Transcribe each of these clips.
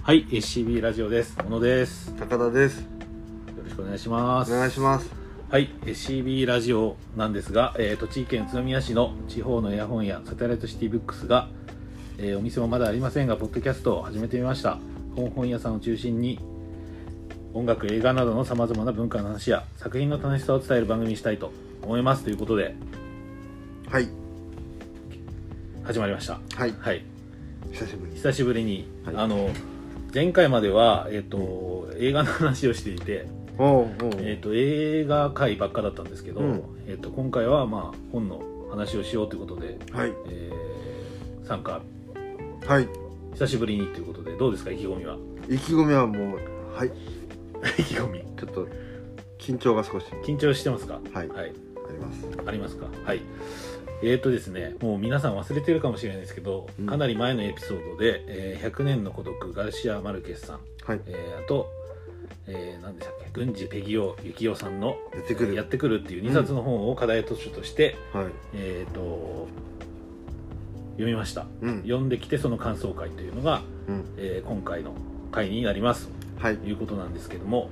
はい、SCB ラジオです。小野です。 高田です。よろしくお願いします。 お願いします。 はい、SCB ラジオなんですが、栃木県宇都宮市の地方の絵本屋サテライトシティブックスが、お店もまだありませんがポッドキャストを始めてみました。本屋さんを中心に音楽、映画などのさまざまな文化の話や作品の楽しさを伝える番組にしたいと思いますということで、 はい、 始まりました。 はい、 はい、 久しぶりに、 はい、 前回までは、映画の話をしていて、映画界ばっかだったんですけど、今回は、本の話をしようということで、 はい、 参加、 はい、 久しぶりにということで、どうですか、意気込みは。 意気込みはもう、はい、 意気込みちょっと緊張が少し緊張してますか。 はい、 はい、 ありますか。はい。ですね、もう皆さん忘れてるかもしれないですけど、かなり前のエピソードで、100年の孤独ガルシア・マルケスさん、 はい、 あと、何でしたっけ、郡司ペギオ幸雄さんのやってくるっていう2冊の本を課題図書として、 はい、 読みました、読んできてその感想会というのが、今回の回になります、ということなんですけども、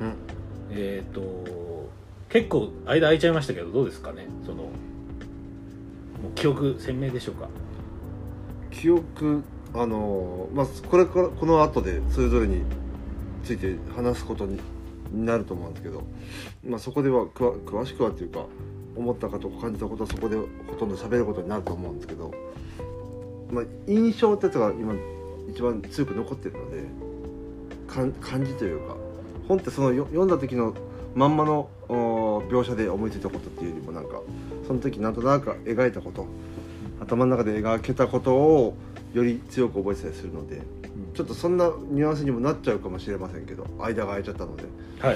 結構間空いちゃいましたけど、どうですかね、そのもう記憶鮮明でしょうか。 記憶この後でそれぞれについて話すことになると思うんですけど、そこでは詳しくはというか思ったかとか感じたことはそこでほとんど喋ることになると思うんですけど、印象ってやつが今一番強く残ってるので、感じというか、本ってその読んだ時のまんまの描写で思いついたことっていうよりも、なんかその時なんとなく描いたこと、頭の中で描けたことをより強く覚えてたりするので、ちょっとそんなニュアンスにもなっちゃうかもしれませんけど、間が空いちゃったので、 はい、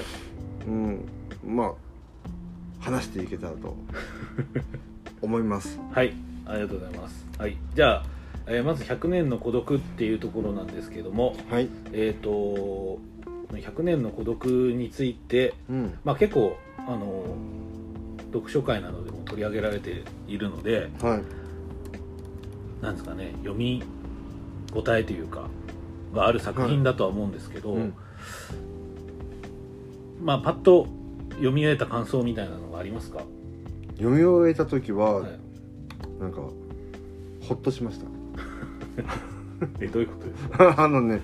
話していけたらと思いますはい、ありがとうございます。はい、じゃあ、まず100年の孤独っていうところなんですけども、 はい、 100年の孤独について、結構読書会などでも取り上げられているので、なんですかね、読み応えというかがある作品だとは思うんですけど、パッと読み終えた感想みたいなのがありますか。 読み終えた時は、なんかほっとしましたどういうことですか。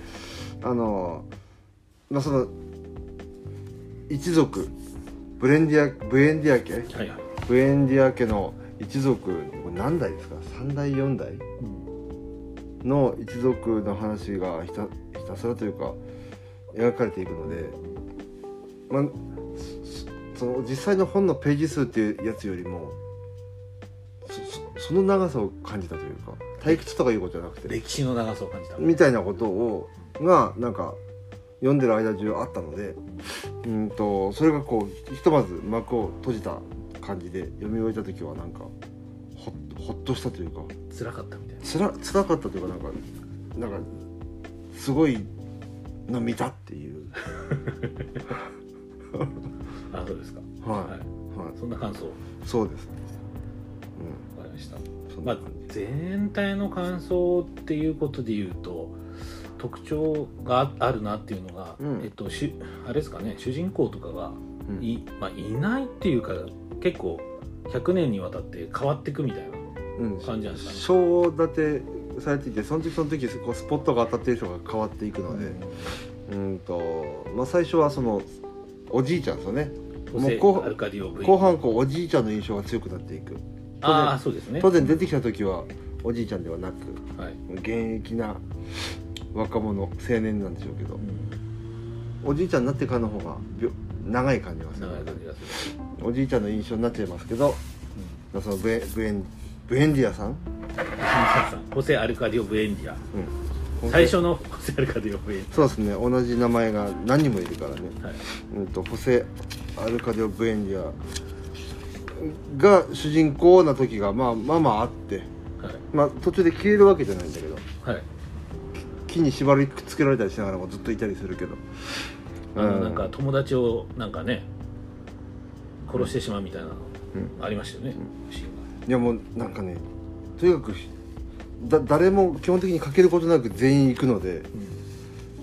その一族ブエンディア家、ブエンディア家の一族、何代ですか、3代4代の一族の話がひたすらというか描かれていくので、その実際の本のページ数っていうやつよりもその長さを感じたというか、退屈とかいうことじゃなくて歴史の長さを感じたみたいなことがなんか読んでる間中あったので、それがこうひとまず幕を閉じた感じで読み終えた時はなんかほっとしたというか、 辛かったみたいな、 辛かったというか、なんかすごいの見たっていうあ、そうですか。そんな感想。 そうです。 わかりました。全体の感想っていうことで言うと、特徴があるなっていうのが、あれですかね、主人公とかがいないっていうか、結構100年にわたって変わっていくみたいな感じなんですかね。 章立てされていて、その時こうスポットが当たっている人が変わっていくので、最初はそのおじいちゃんですよね。もう後半おじいちゃんの印象が強くなっていく。 そうですね。 当然出てきた時はおじいちゃんではなく、現役な若者青年なんでしょうけど、おじいちゃんになってからの方が長い感じがする。おじいちゃんの印象になっちゃいますけど、そのブエンディアさん、 ホセ・アルカディオ・ブエンディア、最初のホセ・アルカディオ・ブエンディア、 そうですね、同じ名前が何人もいるからね、ホセ・アルカディオ・ブエンディアが主人公な時があって、途中で消えるわけじゃないんだけど、木に縛りつけられたりしながらもずっといたりするけど、 なんか友達をなんかね殺してしまうみたいなのありましたよね、 いやもうなんかね、とにかく誰も基本的にかけることなく全員行くので、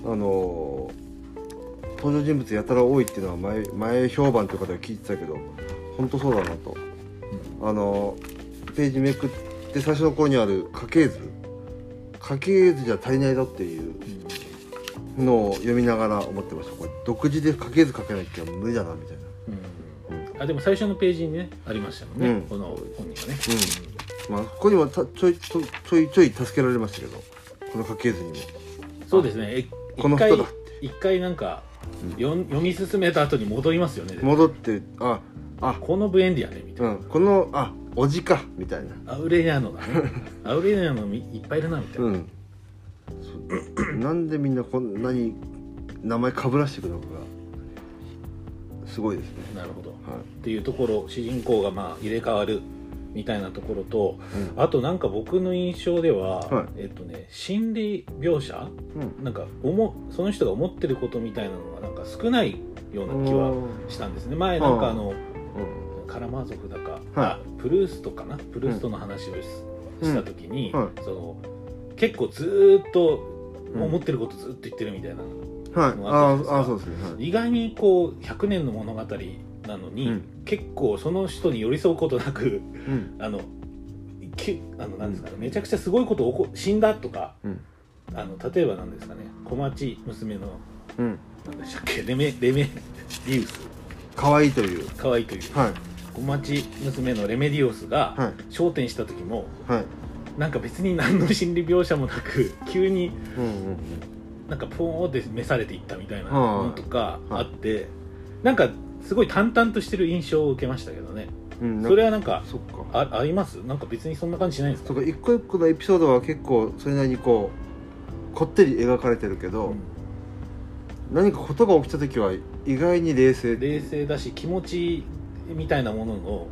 登場人物やたら多いっていうのは前評判という方が聞いてたけど本当そうだなと、ページめくって最初の頃にある家系図じゃ足りないぞっていうのを読みながら思ってました。これ独自で家系図書けなきゃ無理だなみたいな、 でも最初のページにねありましたもんね、この本にはね、 ここにもちょい助けられましたけど、この家系図にもそうですね、 この人だって一回なんか、読み進めた後に戻りますよね。 戻ってこのブエンディアねみたいな、 このおじかみたいな、 アウレリアノだねアウレリアノいっぱいいるなみたいな、 なんでみんなこんなに名前かぶらしていくのかがすごいですね。 なるほど、っていうところ、主人公が入れ替わるみたいなところと、あとなんか僕の印象では、心理描写、なんかその人が思ってることみたいなのがなんか少ないような気はしたんですね。前なんかカラマーゾフだか、プルーストかな、プルーストの話をした時に、その結構ずっと思ってることずっと言ってるみたいなのがあったんですが、意外にこう100年の物語なのに、結構その人に寄り添うことなく、なんですかね、めちゃくちゃすごいこと死んだとか、例えばなんですかね、小町娘の、なんでしたっけ、レメディウス、 可愛いという小町娘のレメディオスが昇天した時も、なんか別に何の心理描写もなく急になんかポーンって召されていったみたいなのとかあって、なんかすごい淡々としてる印象を受けましたけどね。それはなんかあります？なんか別にそんな感じしないんですか？ 一個一個のエピソードは結構それなりにこってり描かれてるけど、何かことが起きた時は意外に冷静だし、気持ちみたいなものの、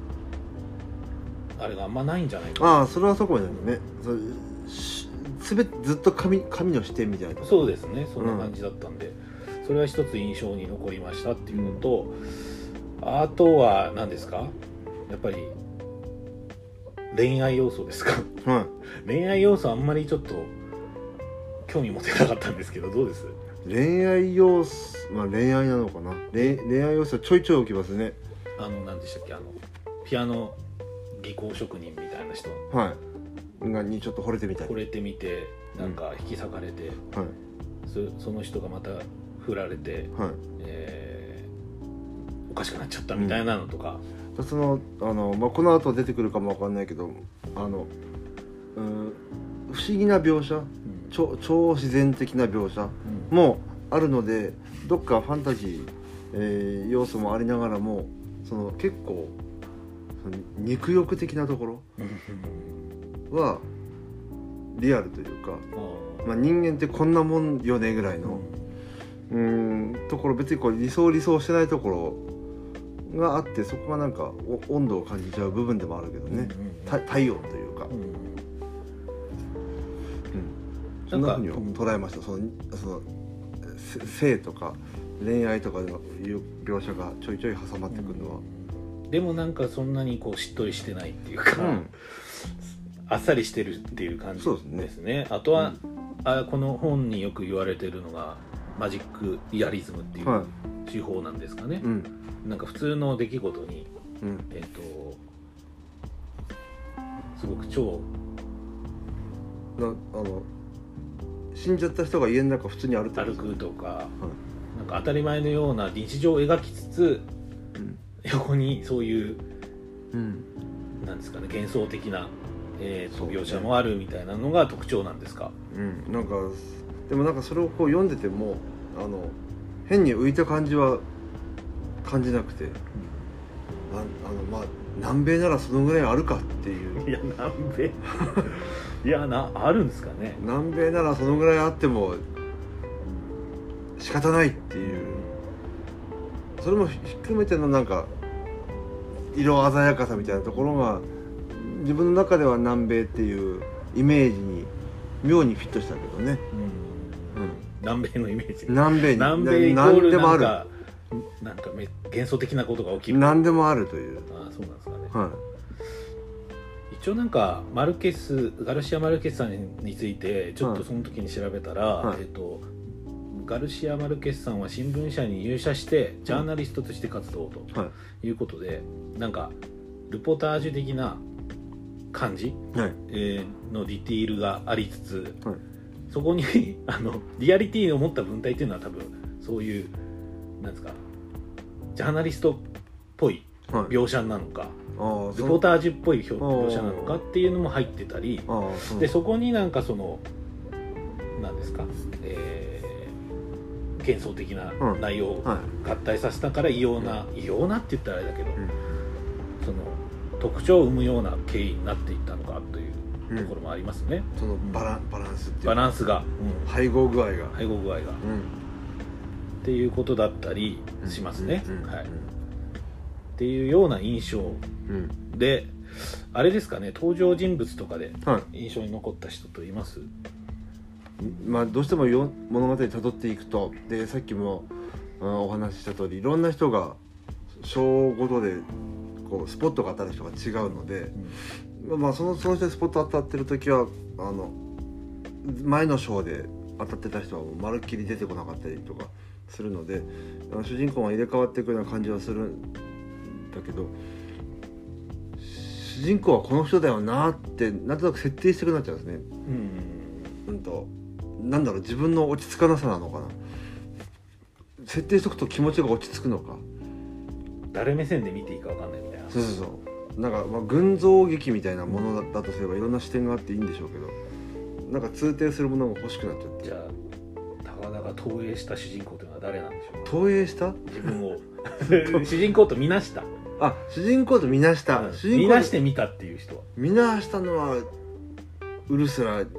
あれがあんまないんじゃないかな。 それはそこまでだよね。全てずっと神の視点みたいな。 そうですね、そんな感じだったんで、それは一つ印象に残りましたっていうのと、あとは何ですか、やっぱり恋愛要素ですか、恋愛要素あんまりちょっと興味持てなかったんですけど、どうです？ 恋愛要素、恋愛なのかな、恋愛要素ちょいちょい起きますね。 何でしたっけ、ピアノ技工職人みたいな人にちょっと惚れてみてなんか引き裂かれて、その人がまた振られて、おかしくなっちゃったみたいなのとか、 この後出てくるかもわかんないけど、不思議な描写、超自然的な描写もあるので、どっかファンタジー、要素もありながらも、結構肉欲的なところはリアルというか、人間ってこんなもんよねぐらいのところ、別に理想してないところがあって、そこがなんか温度を感じちゃう部分でもあるけどね、体温というか、そんなふうに捉えました。その性とか恋愛とかのいう描写がちょいちょい挟まってくるのは、 でもなんかそんなにしっとりしてないっていうか、あっさりしてるっていう感じですね。あとは、この本によく言われてるのがマジックリアリズムっていう手法なんですかね。なんか普通の出来事に、すごく死んじゃった人が家の中普通に歩くとか、なんか当たり前のような日常を描きつつ、横にそういう、なんですかね、幻想的な、描写もあるみたいなのが特徴なんですか？ なんかでもなんかそれを読んでても変に浮いた感じは感じなくて、南米ならそのぐらいあるかっていう。 いや南米いやあるんですかね。 南米ならそのぐらいあっても仕方ないっていう、それも含めてのなんか色鮮やかさみたいなところが自分の中では南米っていうイメージに妙にフィットしたけどね。 南米のイメージ、 南米イコールなんか幻想的なことが起きる、 何でもあるという。 そうなんですかね。一応なんかガルシア・マルケスさんについてちょっとその時に調べたら、 ガルシア・マルケスさんは新聞社に入社してジャーナリストとして活動ということで、なんかルポタージュ的な感じ、のディティールがありつつ、そこにリアリティを持った文体っていうのは多分そういうなんですか、ジャーナリストっぽい描写なのか、ルポタージュっぽい描写なのかっていうのも入ってたりで、そこになんかそのなんですか、幻想的な内容を合体させたから異様なって言ったらあれだけど、その特徴を生むような経緯になっていったのかというところもありますね。 そのバランスっていうバランスが、 配合具合がっていうことだったりしますね。っていうような印象で、あれですかね、登場人物とかで印象に残った人といます？ まあどうしても物語たどっていくと、でさっきもお話しした通り、いろんな人が章ごとでこうスポットが当たる人が違うので、まあその人でスポット当たってる時は前の章で当たってた人はまるっきり出てこなかったりとかするので、主人公が入れ替わっていくような感じはするんだけど、主人公はこの人だよなってなんとなく設定したくなっちゃうんですね。なんだろう、自分の落ち着かなさなのかな、設定しとくと気持ちが落ち着くのか、 誰目線で見ていいか分かんないみたいな。 そうなんか、まあ、群像劇みたいなものだとすればいろんな視点があっていいんでしょうけど、なんか通底するものが欲しくなっちゃって。じゃあ高田が投影した主人公というのは誰なんでしょう？ 投影した自分を主人公と見なした。 主人公と見なした、 見なして見たっていう人は、 見なしたのはウルスラなんだ。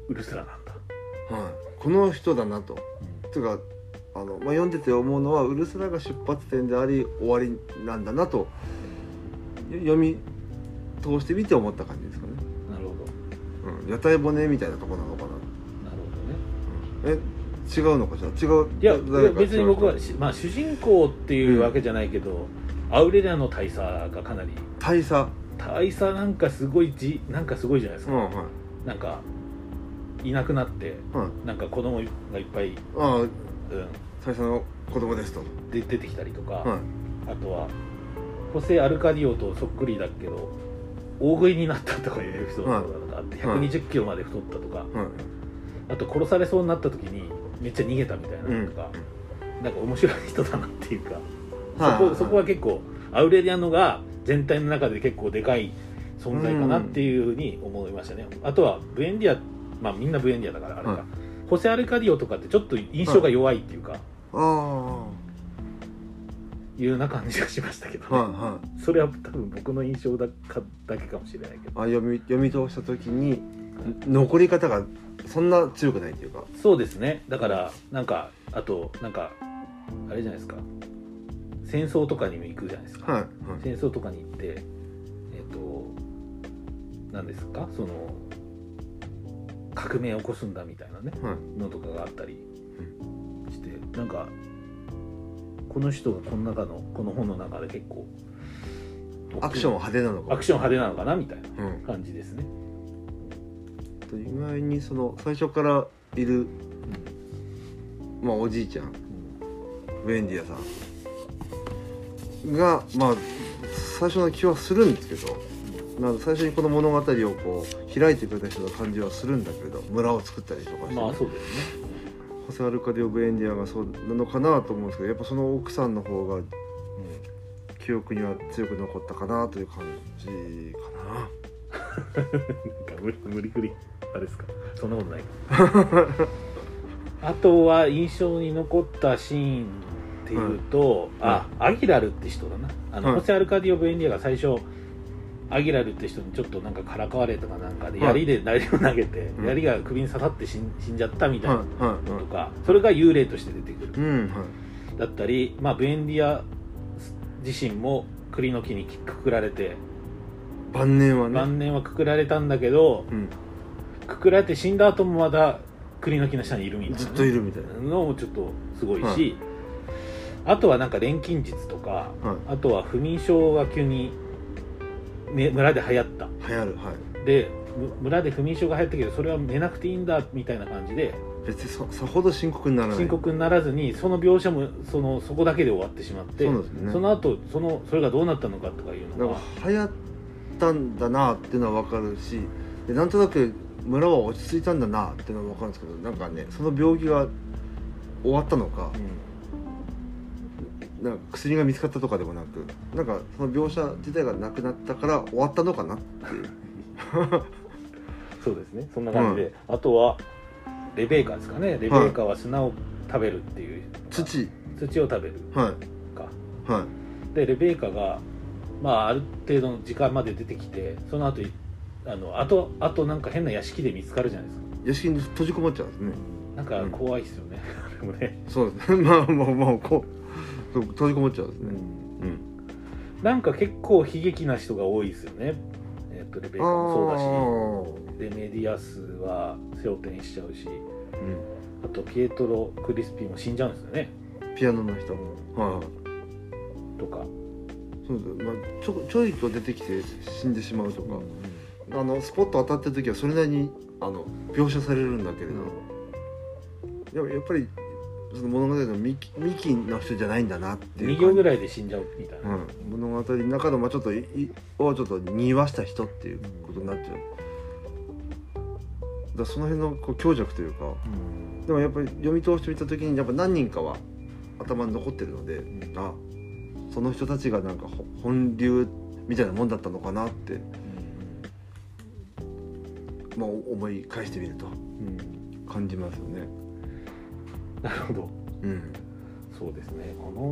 この人だなと、ていうか読んでて思うのは、ウルスラが出発点であり終わりなんだなと、読み通してみて思った感じですかね。 なるほど、屋台骨みたいなとこなのかな。なるほどね。違うのかしら。違う。 いや別に僕は、まあ、主人公っていうわけじゃないけど、アウレリアの大佐がかなり大佐なんかすごいなんかすごいじゃないですか。なんかいなくなって、なんか子供がいっぱい、 最初の子供ですとで出てきたりとか、あとはホセ・アルカディオとそっくりだけど大食いになったとかいう人があって、120キロまで太ったとか、あと殺されそうになった時にめっちゃ逃げたみたいなとか、なんか面白い人だなっていうか、そこは結構アウレリアノが全体の中で結構でかい存在かなっていうふうに思いましたね。あとはブエンディア、まあみんなブエンディアだからあれか、ホセ・アルカディオとかってちょっと印象が弱いっていうか、いうような感じがしましたけどね。それは多分僕の印象だけかもしれないけど、 読み通した時に残り方がそんな強くないっていうか。 そうですね。だからなんかあとなんかあれじゃないですか、戦争とかにも行くじゃないですか、戦争とかに行って何ですか、その革命を起こすんだみたいなね、のとかがあったりして、なんかこの人がこの本の中で結構アクション派手なのかなみたいな感じですね。 意外にその最初からいる、まあおじいちゃん、ウェンディアさんがまあ最初の気はするんですけど、なんか最初にこの物語をこう開いてくれた人の感じはするんだけれど、村を作ったりとかして、 まあそうですね。 ホセ・アルカディオ・ブエンディアがそうなのかなと思うんですけど、やっぱその奥さんの方が記憶には強く残ったかなという感じかな。 なんか無理くりあれですか、そんなことないあとは印象に残ったシーンっていうと、アギラルって人だな、ホセ・アルカディオ・ブエンディアが最初アギラルって人にちょっとなんかからかわれとかなんかで槍で槍を投げて、槍が首に刺さって死んじゃったみたいなのとか、それが幽霊として出てくる、だったり、まあブエンディア自身も栗の木にくくられて、 晩年はくくられたんだけど、くくられて死んだ後もまだ栗の木の下にいるみたいな、 ずっといるみたいなのもちょっとすごいし、あとはなんか錬金術とか、あとは不眠症が急に村で流行る、で村で不眠症が流行ったけどそれは寝なくていいんだみたいな感じで別にさほど深刻にならない、 深刻にならずにその描写もそこだけで終わってしまって、 そうですね、 その後それがどうなったのかとかいうのが流行ったんだなっていうのは分かるし、でなんとなく村は落ち着いたんだなっていうのは分かるんですけど、なんかねその病気が終わったのか、なんか薬が見つかったとかでもなく、なんかその描写自体がなくなったから終わったのかなっていうそうですね、そんな感じで、あとはレベーカですかね。レベーカは砂を食べるっていう、土を食べるか、でレベーカがある程度の時間まで出てきて、その後あとなんか変な屋敷で見つかるじゃないですか。 屋敷に閉じこもっちゃうんですね。 なんか怖いですよね、でもね。 そうですね、こう閉じこもっちゃうんですね。 なんか結構悲劇な人が多いですよね。レベーカもそうだし、でメディアスは昇天しちゃうし、あとピエトロ・クリスピーも死んじゃうんですよね、 ピアノの人、 とか。 そうです、ちょいと出てきて死んでしまうとか、スポット当たってる時はそれなりに描写されるんだけれど、やっぱりその物語の幹の人じゃないんだなっていう 2行ぐらいで死んじゃうみたいな、 物語の中のちょっと濁した人っていうことになっちゃう。だその辺の強弱というか、でもやっぱり読み通してみた時にやっぱ何人かは頭に残ってるので、その人たちがなんか本流みたいなもんだったのかなって、思い返してみると感じますよね。 なるほど、そうですね。この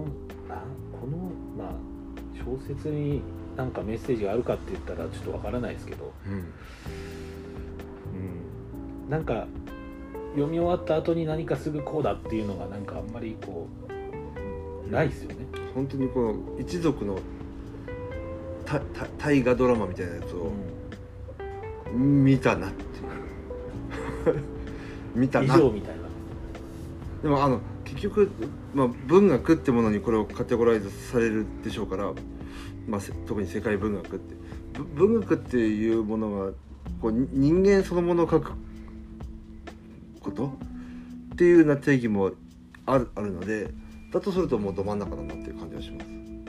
小説になんかメッセージがあるかって言ったらちょっとわからないですけど、なんか読み終わった後に何かすぐこうだっていうのがなんかあんまりないですよね。 本当にこの一族の大河ドラマみたいなやつを見たなっていう見たな以上みたいな。 でも結局、文学ってものにこれをカテゴライズされるでしょうから、特に世界文学って文学っていうものが人間そのものを書くことっていうような定義もあるので、だとするともうど真ん中だなっていう感じがし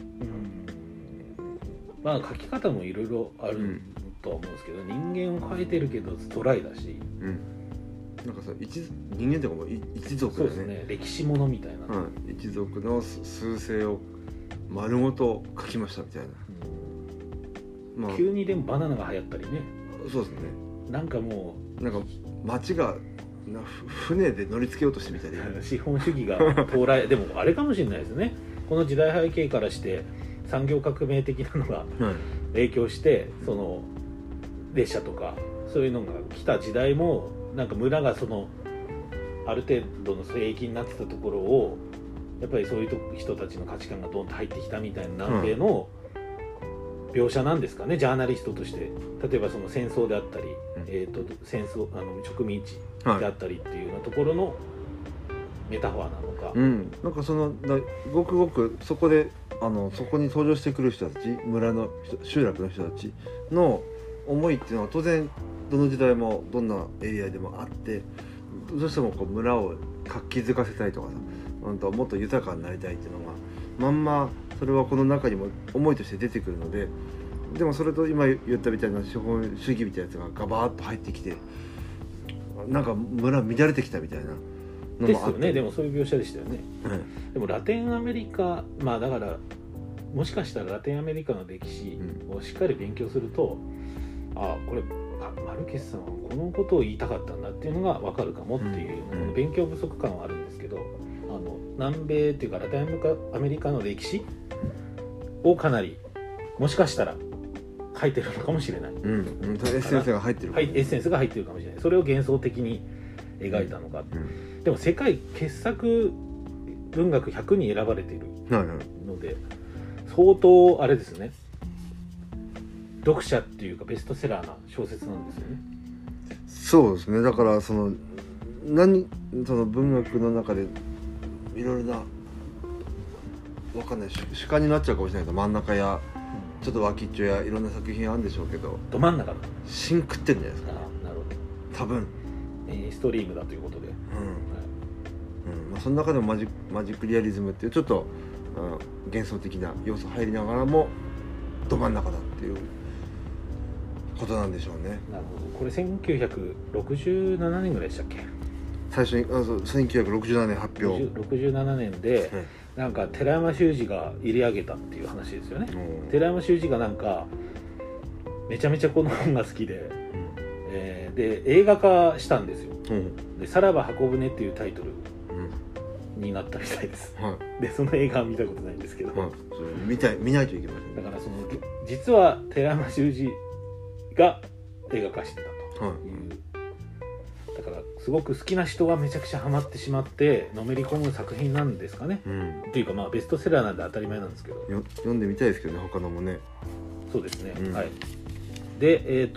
ます。 書き方もいろいろあるとは思うんですけど、人間を描いてるけどドライだし、 なんかさ人間とかも一族だよね。 そうですね、歴史ものみたいな、 一族の趨勢を丸ごと書きましたみたいな、 急にでもバナナが流行ったりね。 そうですね、 なんかもうなんか街が船で乗り付けようとしてみたり資本主義が到来でもあれかもしれないですね、この時代背景からして産業革命的なのが影響して、その列車とかそういうのが来た時代もなんか村がある程度の聖域になってたところをやっぱりそういう人たちの価値観がドンと入ってきたみたいな南米の描写なんですかね、ジャーナリストとして。例えばその戦争であったり、戦争植民地であったりっていうようなところのメタファーなのか、 なんかごくごくそこでそこに登場してくる人たち、村の集落の人たちの思いっていうのは当然どの時代もどんなエリアでもあって、どうしても村を活気づかせたいとかさ、もっと豊かになりたいっていうのがそれはこの中にも思いとして出てくるので、でもそれと今言ったみたいな資本主義みたいなやつがガバーッと入ってきて、なんか村乱れてきたみたいなのもあってですよね。でもそういう描写でしたよね、でもラテンアメリカ、だからもしかしたらラテンアメリカの歴史をしっかり勉強すると、これマルケスさんはこのことを言いたかったんだっていうのが分かるかもっていう、勉強不足感はあるんですけど、南米っていうかラテンアメリカの歴史をかなりもしかしたら書いてるのかもしれない、エッセンスが入ってる、 エッセンスが入ってるかもしれない。それを幻想的に描いたのか、でも世界傑作文学100に選ばれているので、相当あれですね、読者っていうかベストセラーな小説なんですよね。 そうですね。だからその文学の中でいろいろな分かんない主観になっちゃうかもしれないけど、真ん中やちょっと脇っちょやいろんな作品あるんでしょうけど、 ど真ん中の芯食ってるんじゃないですか。 なるほど、 多分メインストリームだということで、 まあ、その中でもマジックリアリズムっていうちょっと、幻想的な要素入りながらもど真ん中だっていうことなんでしょうね。 なるほど。これ1967年ぐらいでしたっけ？ 最初に1967年発表。 67年で、なんか寺山修司が入れ上げたっていう話ですよね。寺山修司がなんかめちゃめちゃこの本が好きで、で映画化したんですよ。でさらば箱舟っていうタイトルになったみたいです。でその映画は見たことないんですけど、 それ見ないといけません。 だからその実は寺山修司が映画化してたという、だからすごく好きな人はめちゃくちゃハマってしまってのめり込む作品なんですかね、というかまあベストセラーなんで当たり前なんですけど、 読んでみたいですけどね、他のもね。 そうですね、はい。で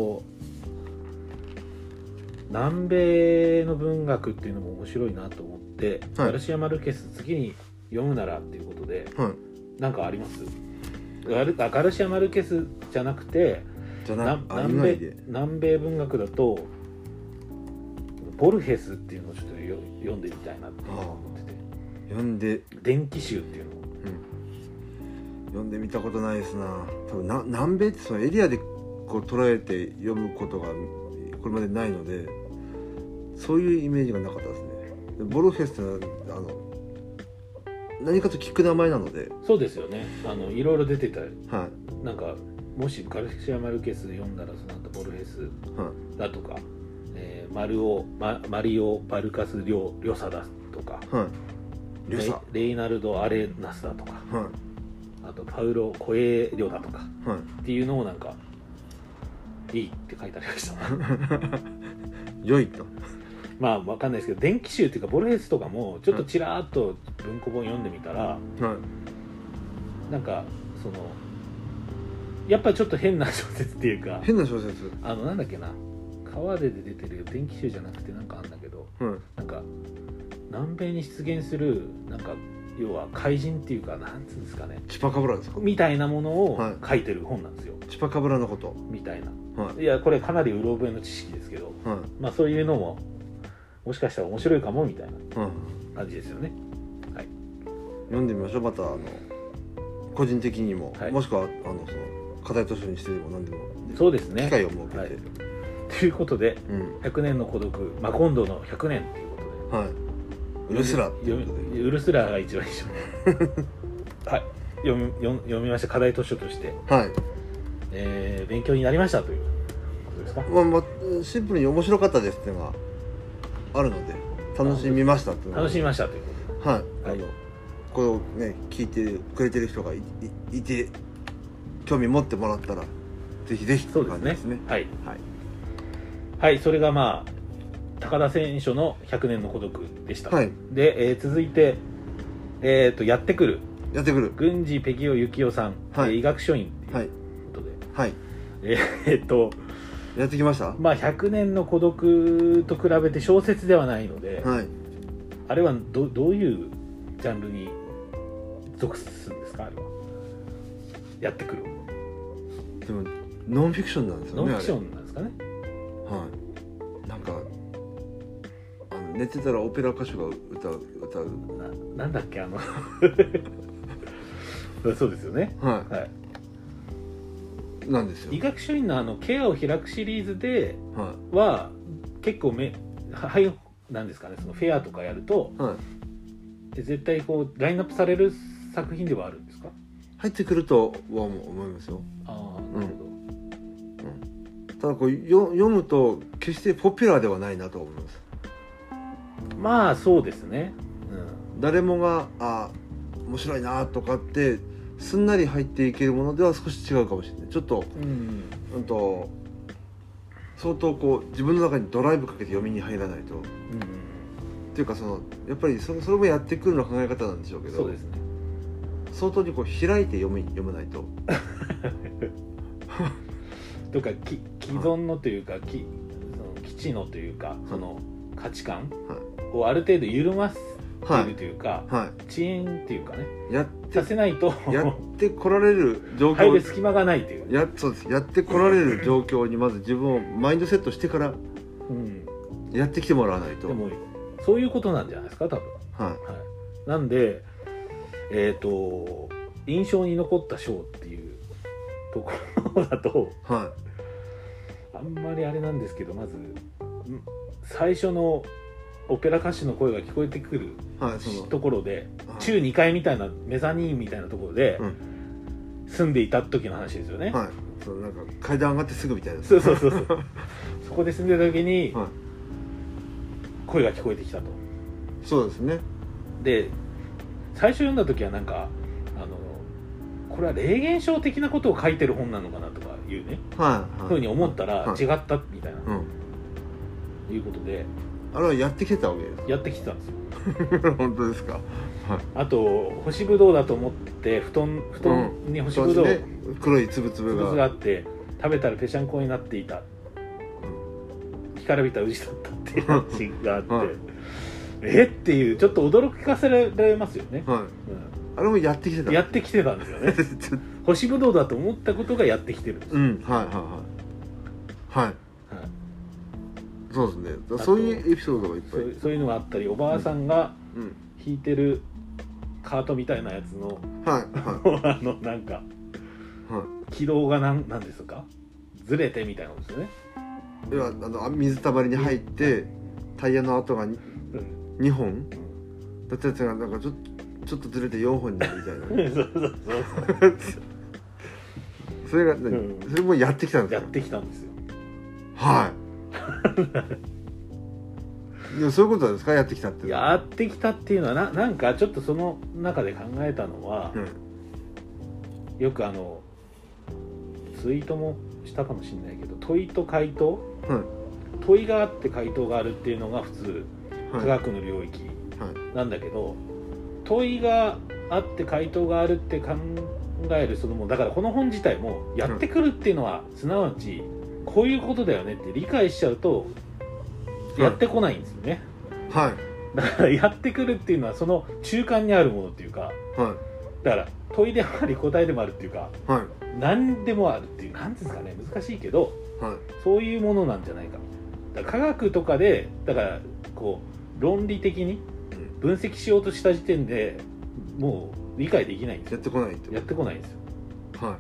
南米の文学っていうのも面白いなと思って、ガルシア・マルケス次に読むならっていうことで、なんかあります？ガルシア・マルケスじゃなくて南米文学だとボルヘスっていうのをちょっと読んでみたいなって思ってて、電気集っていうのを、 読んでみたことないですな。多分南米ってそのエリアでこう捉えて読むことがこれまでないので、そういうイメージがなかったですね。ボルヘスってのは何かと聞く名前なので。 そうですよね、いろいろ出てたり、なんかもしガルシア・マルケス読んだらその後ボルヘスだとか、マリオ・バルカス・リョサだとか、レイナルド・アレナスだとか、あとパウロ・コエリョだとか、っていうのをなんかいいって書いてありました良いと。 まあ分かんないですけど、電気集っていうかボルヘスとかもちょっとちらーっと文庫本読んでみたら、なんかそのやっぱりちょっと変な小説っていうか、 変な小説、 なんだっけな、川で出てる電気集じゃなくてなんかあんだけど、なんか南米に出現するなんか要は怪人っていうか、なんつうんですかね、 チュパカブラですかみたいなものを書いてる本なんですよ、 チュパカブラのことみたいな、いやこれかなりうろ覚えの知識ですけど、まあそういうのももしかしたら面白いかもみたいな感じですよね。 読んでみましょう。また個人的にも、もしくはその課題図書にしてでも何でも、 そうですね、 機会を設けて、 ということで、100年の孤独、マコンドの100年ということで、 ウルスラウルスラが一番いいでしょうね読みました。課題図書として、勉強になりましたということですか。 シンプルに面白かったですっていうのがあるので、楽しみましたっていうのが、 楽しみましたということで、 これをね聞いてくれてる人が いて興味持ってもらったらぜひぜひって感じですね。はい、 それがまあ高田選手の100年の孤独でした。で、続いて、やってくる郡司ペギオ幸雄さん、医学書院ということで、 やってきました。 まあ100年の孤独と比べて小説ではないので、あれはどういうジャンルに属するんですか。あれはやってくる、 でもノンフィクションなんですよね。 ノンフィクションなんですかね。 なんか寝てたらオペラ歌手が歌うなんだっけそうですよね。 なんですよ。 医学書院のケアを開くシリーズでは、結構なんですかね、そのフェアとかやると、絶対こうラインナップされる作品ではあるんですか。 入ってくるとは思いますよ。 なるほど。 ただこう読むと決してポピュラーではないなと思います。 まあそうですね、 誰もが面白いなとかってすんなり入っていけるものでは少し違うかもしれない。ちょっと、相当こう自分の中にドライブかけて読みに入らないと、っていうかやっぱりそれもやってくるの考え方なんでしょうけど、 そうですね、 相当にこう開いて読まないととか既存のというか基地のというかその価値観をある程度緩まいるというか、 はい、 遅延っていうかね、 やってさせないとやってこられる状況、 入る隙間がないという、 そうです、やってこられる状況にまず自分をマインドセットしてからやってきてもらわないと、 でもそういうことなんじゃないですか多分、 はいはい、なんで印象に残ったショーっていうところだと、 はい、 あんまりあれなんですけど、まず最初のオペラ歌手の声が聞こえてくる、はい、そのところで、はい、中2階みたいなメザニーンみたいなところで、住んでいた時の話ですよね、 はい、そうなんか階段上がってすぐみたいな、 そうそこで住んでた時に、はい、声が聞こえてきたと。 そうですね。で最初読んだ時はなんかこれは霊現象的なことを書いてる本なのかなとかいうね、 はいはい、 ふうに思ったら違ったみたいな、いうことで、 あれはやってきてたわけです。 やってきてたんですよ本当ですか、はい、 あと干しぶどうだと思って布団に干しぶどう、 黒いつぶつぶがあって食べたらぺしゃんこになっていた、干からびた宇治だったっていう話があって、はい、っていうちょっと驚かせられますよね、 はい、あれもやってきてたんですよね干しぶどうだと思ったことがやってきてるんですよ、 はいはいはいはい、そうですね。そういうエピソードがいっぱい、 そういうのがあったり、おばあさんが引いてるカートみたいなやつの、なんか、軌道が何ですか、ずれてみたいなことですよね。 要は水たまりに入ってタイヤの跡が2本だったやつがなんかちょっとずれて4本になるみたいなそうそれがそれもやってきたんですよ。 やってきたんですよ。 はいでもそういうことですか、やってきたっていうのはなんかちょっとその中で考えたのは、よくツイートもしたかもしれないけど、問いと回答、問いがあって回答があるっていうのが普通、科学の領域なんだけど、問いがあって回答があるって考える、そのもうだからこの本自体もやってくるっていうのは、すなわちこういうことだよねって理解しちゃうとやってこないんですよね、 はい、 だからやってくるっていうのはその中間にあるものっていうか、 はい、 だから問いでもあり答えでもあるっていうか、 はい、 何でもあるっていう、なんですかね、難しいけど、 はい、 そういうものなんじゃないかみたいな。だから科学とかでだからこう論理的に分析しようとした時点でもう理解できないんですよ。 やってこないんですよ、 はい、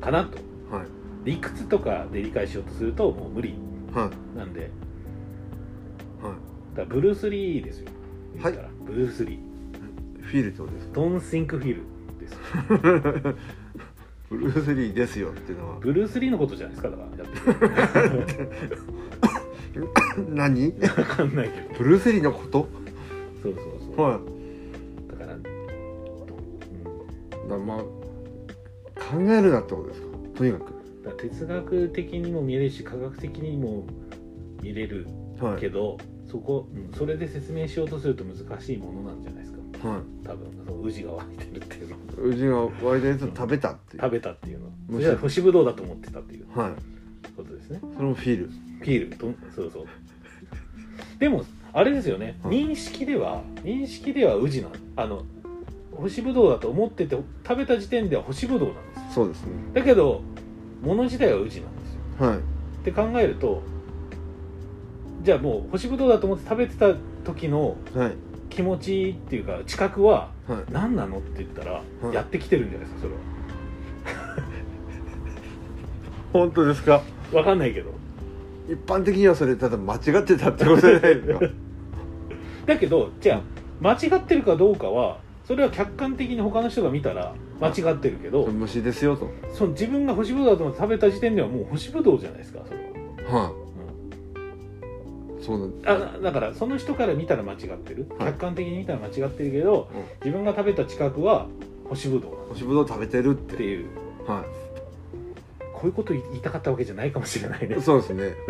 かなと、 はい、 理屈とかで理解しようとするともう無理なんで、 はい、 だからブルース・リーですよ、 はい、 ブルース・リー、 フィールってことですか。 Don't think feel ですブルース・リーですよっていうのはブルース・リーのことじゃないですか、だからやってる何分かんないけど、 ブルース・リーのこと、 そう、はい、だから、 まあ考えるなってことですか、とにかく。 だから哲学的にも見れるし科学的にも見れるけど、はい、それで説明しようとすると難しいものなんじゃないですか、はい、多分その宇治が湧いてるっていうの、 宇治が湧いてるやつを食べたっていう、 それは干しぶどうだと思ってたっていう、 はい、 ことですね。 それもフィールと、そうでもあれですよね、はい、認識では宇治干しぶどうだと思ってて食べた時点では干しぶどうなんですよ。 そうですね。 だけど物自体は宇治なんですよ、 はい、 って考えると、じゃあもう干しぶどうだと思って食べてた時の気持ちっていうか知覚は何なのって言ったら、やってきてるんじゃないですか、それは。 本当ですか。 分かんないけど、 一般的にはそれただ間違ってたってことじゃないですか。 だけどじゃあ間違ってるかどうかはそれは客観的に他の人が見たら間違ってるけど、 虫ですよと、 自分が干しぶどうだと思って食べた時点ではもう干しぶどうじゃないですか、それは。はい、そうなんだからその人から見たら間違ってる、客観的に見たら間違ってるけど、自分が食べた知覚は干しぶどう、 干しぶどう食べてるっていう、 はい、 こういうこと言いたかったわけじゃないかもしれないね。 そうですね。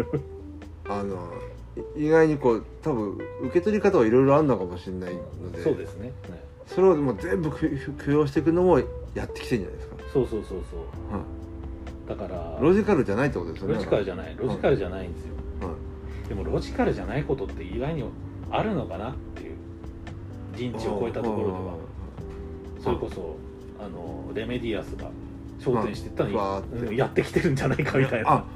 意外にこう多分受け取り方はいろいろあるのかもしれないので、 そうですね、 それをもう全部許容していくのもやってきてるんじゃないですか。 そう、はい、だからロジカルじゃないってことですよね。 ロジカルじゃないんですよ、はい、でもロジカルじゃないことって意外にあるのかなっていう。 人知を超えたところではそれこそレメディアスが焦点してったのにやってきてるんじゃないかみたいな。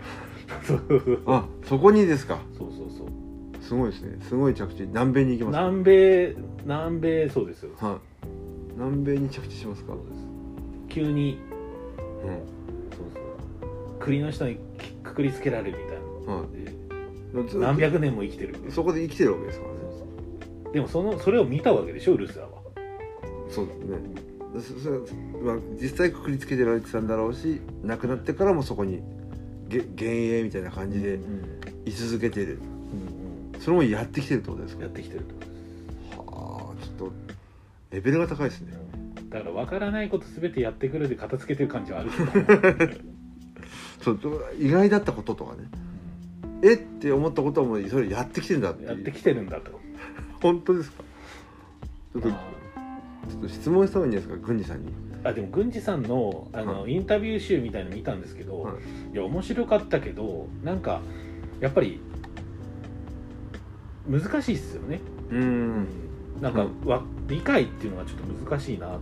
そこにですか。 そうそうそう。 すごいですね。すごい着地。南米に行きます。 南米そうですよ。 はい。南米に着地しますか。 そうです。急に、そうそう。栗の下にくくりつけられるみたいな。何百年も生きてる。 そこで生きてるわけですからね。 でもそれを見たわけでしょ、ルスラーは。そうですね。実際くくりつけてられてたんだろうし、亡くなってからもそこに幻影みたいな感じで居続けている。それもやってきてるってことですか。 やってきてるってことです。 はあ、ちょっとレベルが高いですね。 だから分からないことすべてやってくるで片付けてる感じはあるそう意外だったこととかね、って思ったことはもうそれやってきてるんだってやってきてるんだと。 本当ですか。ちょっと質問した方がいいんじゃないですか、郡司さんに。 でも郡司さんのインタビュー集みたいの見たんですけど、いや面白かったけどなんかやっぱり難しいっすよね。なんか、理解っていうのがちょっと難しいなと思って、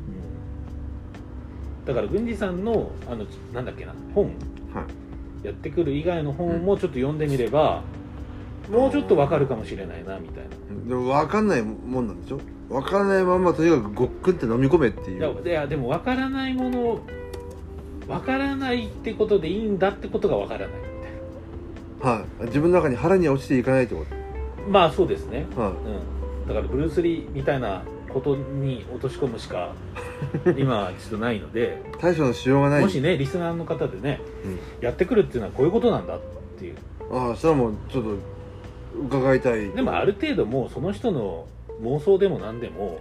だから郡司さんのなんだっけな本、やってくる以外の本もちょっと読んでみれば、もうちょっと分かるかもしれないなみたいな。 でも分かんないもんなんでしょ。分からないままとにかくごっくんって飲み込めっていう。 いやでも分からないもの分からないってことでいいんだってことが分からないみたいな。自分の中に腹に落ちていかないってこと。 まあそうですね。だからブルース・リーみたいなことに落とし込むしか今はちょっとないので対処のしようがない。 もしねリスナーの方でね、やってくるっていうのはこういうことなんだっていう。 それはもうちょっと伺いたい。 でもある程度もうその人の妄想でも何でも、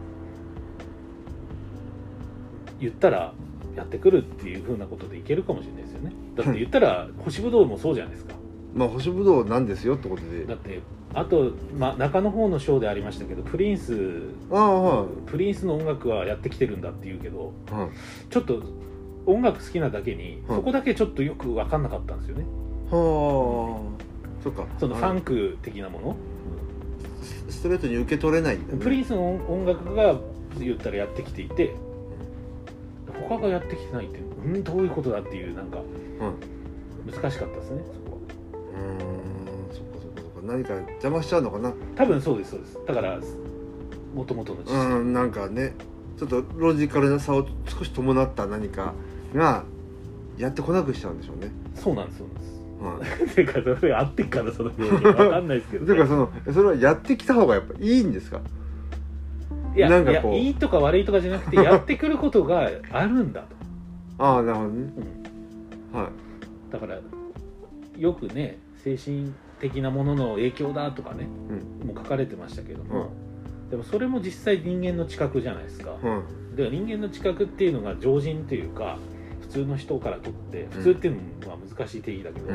言ったらやってくるっていうふうなことでいけるかもしれないですよね。だって言ったら星ぶどうもそうじゃないですか。 星ぶどうなんですよってことで。 だってあと、中の方のショーでありましたけどプリンスの音楽はやってきてるんだって言うけど、ちょっと音楽好きなだけに、そこだけちょっとよく分かんなかったんですよね。そっか。そのファンク的なもの、 ストレートに受け取れないんだよね。 プリンスの音楽が言ったらやってきていて、他がやってきてないってどういうことだっていうなんか、難しかったですね、そこは。 そっか何か邪魔しちゃうのかな。 多分そうですだから元々の知識、 なんかねちょっとロジカルな差を少し伴った何かがやってこなくしちゃうんでしょうね。 そうなんですていうかそれ合ってっからそのように分かんないですけど、 ていうかそれはやってきた方がやっぱいいんですか。 いやいいとか悪いとかじゃなくてやってくることがあるんだと。 なるほどね。 だからよくね精神的なものの影響だとかね、もう書かれてましたけども、でもそれも実際人間の知覚じゃないですか。で人間の知覚っていうのが常人というか普通の人からとって普通っていうのは難しい定義だけど、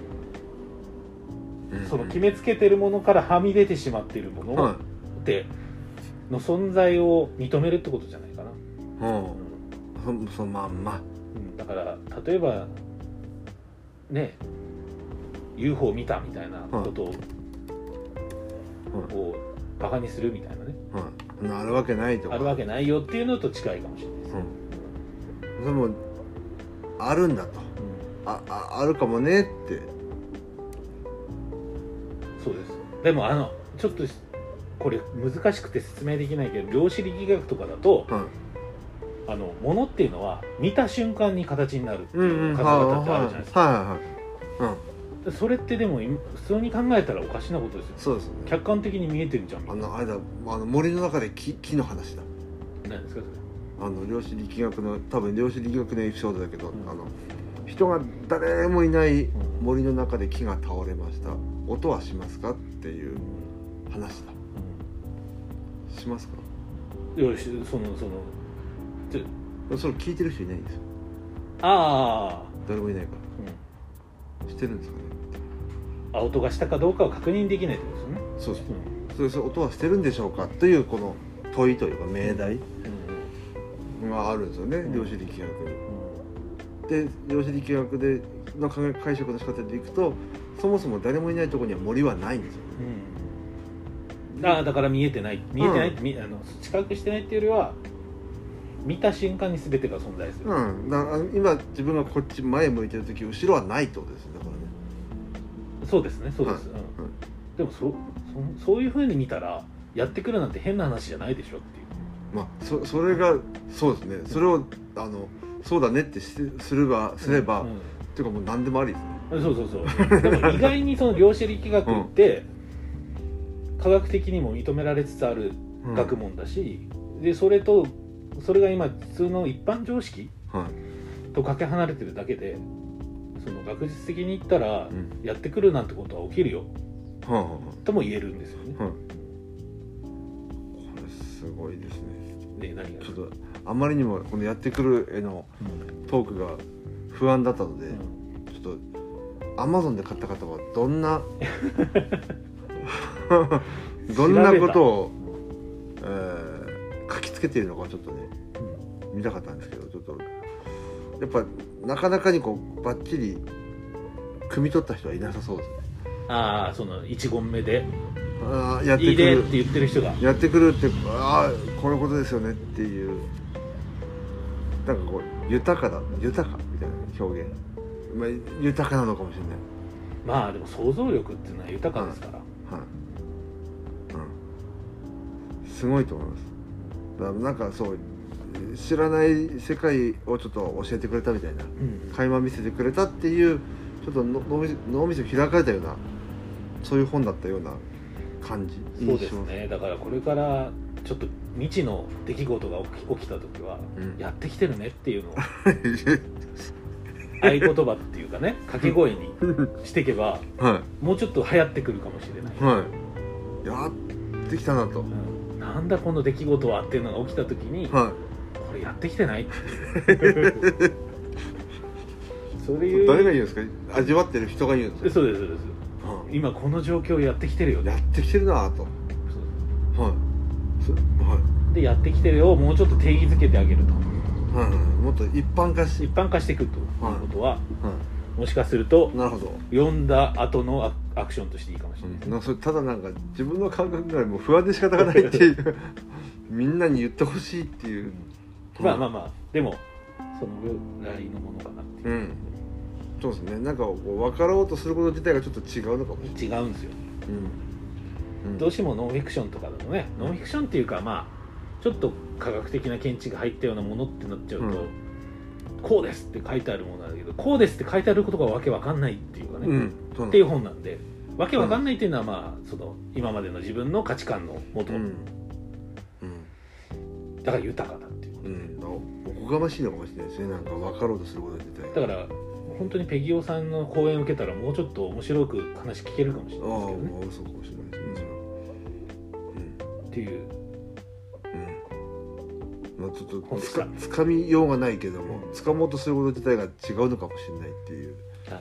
その決めつけてるものからはみ出てしまっているものっての存在を認めるってことじゃないかな。 そのまんま。 だから例えばね UFO を見たみたいなことをバカにするみたいなね、 あるわけないとかあるわけないよっていうのと近いかもしれないですね。 それもあるんだと、あるかもねって。 そうです。でもちょっとこれ難しくて説明できないけど量子力学とかだと、物っていうのは見た瞬間に形になるっていう考え方ってあるじゃないですか。それってでも普通に考えたらおかしなことですよ。 そうですね。 客観的に見えてるじゃん。 森の中で木の話だ。 何ですかそれ。 量子力学の多分量子力学のエピソードだけど、人が誰もいない森の中で木が倒れました。音はしますかっていう話だ。しますか。 よしそれ聞いてる人いないんですよ。誰もいないから。してるんですかね。 音がしたかどうかは確認できないってことですよね。 そうそう。音はしてるんでしょうかというこの問いというか命題があるんですよね、量子力学に。で量子力学での解釈の仕方でいくと、そもそも誰もいないところには森はないんですよね。 だから見えてないって、知覚してないっていうよりは見た瞬間に全てが存在する。 だから今自分がこっち前向いてる時後ろはないってことですね。だからね。 そうですね、そうです。でもそういう風に見たらやってくるなんて変な話じゃないでしょっていう。 まあそれがそうですね。それをそうだねってすれば、っていうかもう何でもありですね。 そうでも意外にその量子力学って、科学的にも認められつつある学問だし、でそれが今普通の一般常識とかけ離れてるだけで、その学術的に言ったら、やってくるなんてことは起きるよ、とも言えるんですよね。 これすごいですね。 何がちょっとあまりにもこのやってくるへのトークが不安だったので、ちょっとAmazon で買った方はどんなことを、書きつけているのかちょっとね、見たかったんですけど、ちょっとやっぱなかなかにこうバッチリ汲み取った人はいなさそうですね。 その1言目でやってくるいいねって言ってる人がやってくるって、こういうことですよねっていう、なんかこう豊かみたいな表現、豊かなのかもしれない。 でも想像力っていうのは豊かですから、 すごいと思います。だからなんかそう知らない世界をちょっと教えてくれたみたいな、垣間見せてくれたっていう、ちょっと脳みそ開かれたような、そういう本だったような感じ。 そうですね。だからこれからちょっと未知の出来事が起きた時は、やってきてるねっていうのを合言葉っていうかね、掛け声にしていけば、もうちょっと流行ってくるかもしれない。 やってきたなと、 なんだこの出来事はっていうのが起きた時に、これやってきてないってそれいう誰が言うんですか？味わってる人が言うんですか？ そうです、今この状況やってきてるよね、 やってきてるなと、 でやってきてるよをもうちょっと定義づけてあげると、 もっと一般化していくということは、もしかするとなるほど読んだ後のアクションとしていいかもしれない、 それただなんか自分の感覚がもう不安で仕方がないっていうみんなに言ってほしいっていう、 でもそのぐらいのものかなっていう、 そうですね。なんかこう分かろうとすること自体がちょっと違うのかもしれない。 違うんですよ、どうしてもノンフィクションとかだとね、ノンフィクションっていうかちょっと科学的な見地が入ったようなものってなっちゃうと、こうですって書いてあるものなんだけど、こうですって書いてあることがわけわかんないっていうかね、っていう本なんで、わけわかんないっていうのはその今までの自分の価値観のもと、だから豊かだっていうことで、 おこがましいのかもしれないですね。なんか分かろうとすること自体だから本当にペギオさんの講演を受けたらもうちょっと面白く話聞けるかもしれないですけどね。 そうかもしれないですね、 っていうちょっとつかみようがないけども、掴もうとすること自体が違うのかもしれないっていう、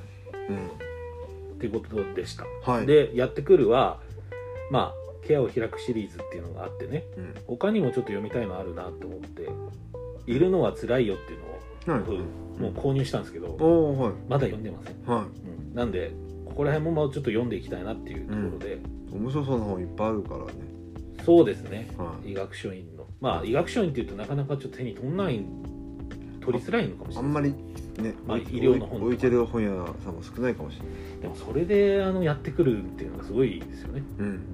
っていうことでした、でやってくるはケアを開くシリーズっていうのがあってね、他にもちょっと読みたいのあるなと思って、いるのは辛いよっていうのを、もう購入したんですけど、まだ読んでません、なんでここら辺ももうちょっと読んでいきたいなっていうところで、 面白そうな本いっぱいあるからね。 そうですね、医学書院の医学書院っていうとなかなかちょっと手に取りづらいのかもしれない、 あんまりね、 医療の本置いてる本屋さんも少ないかもしれない。 でもそれでやってくるっていうのがすごいですよね。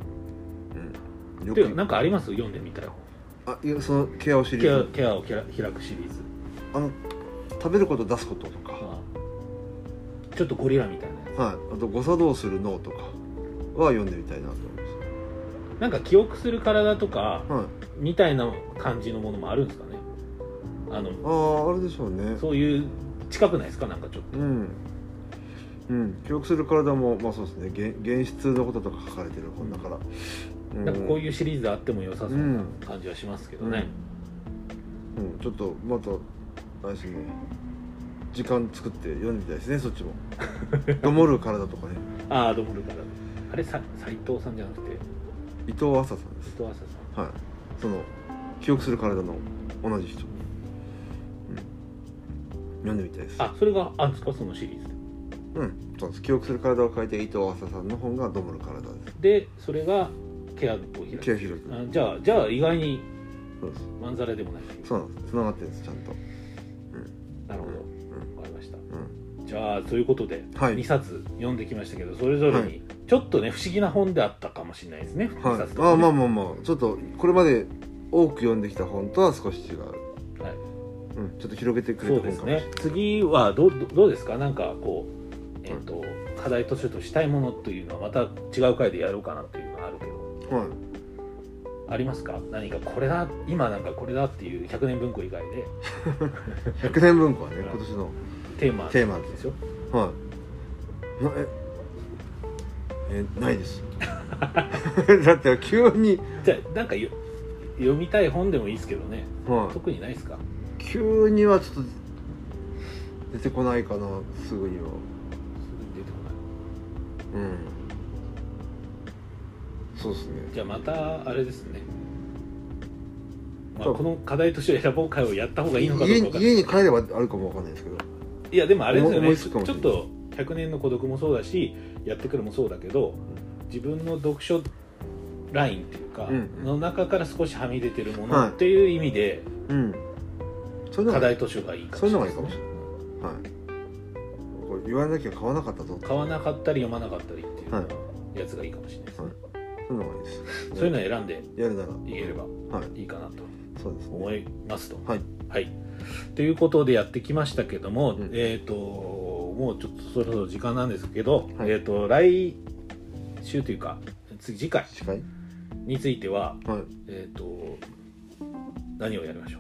でなんかあります？読んでみたい本。そのケアをシリーズ、 ケアを開くシリーズ、 食べること出すこととか、 ちょっとゴリラみたいなやつ、 あと誤作動する脳とかは読んでみたいなと思います。 なんか記憶する体とか、みたいな感じのものもあるんですかね。 あれでしょうね。 そういう近くないですか、なんかちょっと。 記憶する体もそうですね。現実のこととか書かれてる本だから。 なんかこういうシリーズあっても良さそうな感じはしますけどね。 ちょっとまたあれですね。時間作って読んでみたいですね、そっちも。どもる体とかね。 どもる体。あれ斉藤さんじゃなくて。 伊藤麻さんです。 伊藤麻さん。 その記憶する体の同じ人。読んでみたいです。 それがあるんですか、そのシリーズで。そうです。記憶する体を書いて伊藤麻さんの本がどもる体です。 で、それがケアを開く。 ケア開く。 じゃあ意外にそうです。 まんざらでもない。 そうなんです。繋がってるんですちゃんと。 なるほど、わかりました。じゃあということで、 はい、 2冊読んできましたけど、それぞれにちょっとね不思議な本であったかもしれないですね。 はい、 2冊とね。 ね、 まあちょっとこれまで多く読んできた本とは少し違う。 はい。 ちょっと広げてくれた本かもしれない。 そうですね。次はどうですか。なんかこう課題図書としたいものというのはまた違う回でやろうかなっていうのがあるけど。はい。ありますか？何かこれだ、今なんかこれだっていう100年文庫以外で 100年文庫はね、今年のテーマですよ。 はい。ないですだって急にじゃあなんか読みたい本でもいいですけどね、はい、特にないですか？ 急にはちょっと出てこないかな。すぐには出てこない。 そうですね。 じゃあまたあれですね、この課題として選ぼう会をやった方がいいのかどうか。 家に帰ればあるかもわかんないですけど、 いやでもあれですよね、ちょっと100年の孤独もそうだし、やってくるもそうだけど、自分の読書ラインっていうか、の中から少しはみ出てるものっていう意味で、課題図書がいいかもしれない。そういうのがいいかもしれない。はい。これ言わなきゃ買わなかったと。買わなかったり読まなかったりっていうやつがいいかもしれないですね。そういうのがいいです。そういうのを選んでやるならいければいいかなと思いますと。はい。はい。ということでやってきましたけども、もうちょっとそろそろ時間なんですけど、来週というか次回については、何をやりましょう。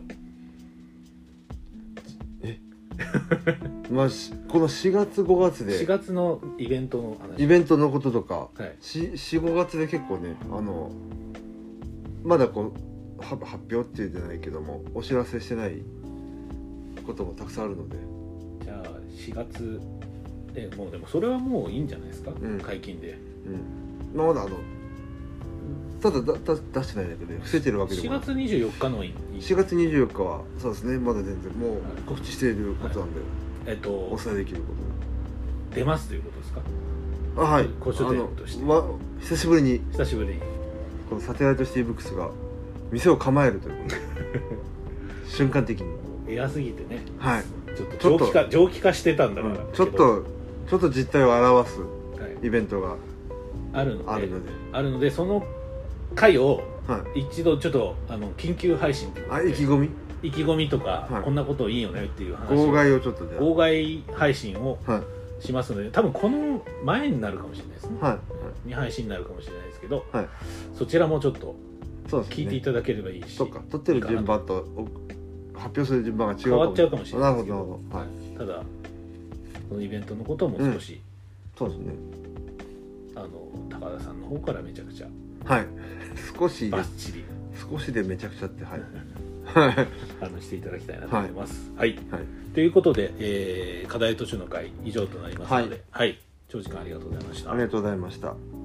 まあこの4月5月で 4月のイベントの話、 イベントのこととか、4,5 月で結構ね、まだこう発表っていうんじゃないけども、お知らせしてないこともたくさんあるので、 じゃあ4月もうでもそれはもういいんじゃないですか、解禁で。 まだただ出してないだけで伏せてるわけでもない。 4月24日の 4月24日はそうですね、まだ全然もう告知していることなんで、お伝えできること出ますということですか？ はい、 古書店として久しぶりにこのサテライトシティブックスが店を構えるということで瞬間的にエアすぎてね、 はい、 ちょっと蒸気化してたんだから、 ちょっと実態を表すイベントがあるのでその回を一度ちょっと緊急配信ということで、意気込みとか、こんなこといいよねっていう話を、号外配信をしますので、多分この前になるかもしれないですね、に配信になるかもしれないですけど、そちらもちょっと聞いていただければいいし、 撮ってる順番と発表する順番が違う変わっちゃうかもしれないですけど、 なるほど、 ただこのイベントのことも少し、 そうですね、 高田さんの方からめちゃくちゃ少しバッチリ少しでめちゃくちゃってしていただきたいなと思います。はい。ということで、課題図書の会以上となりますので、長時間ありがとうございました。 ありがとうございました。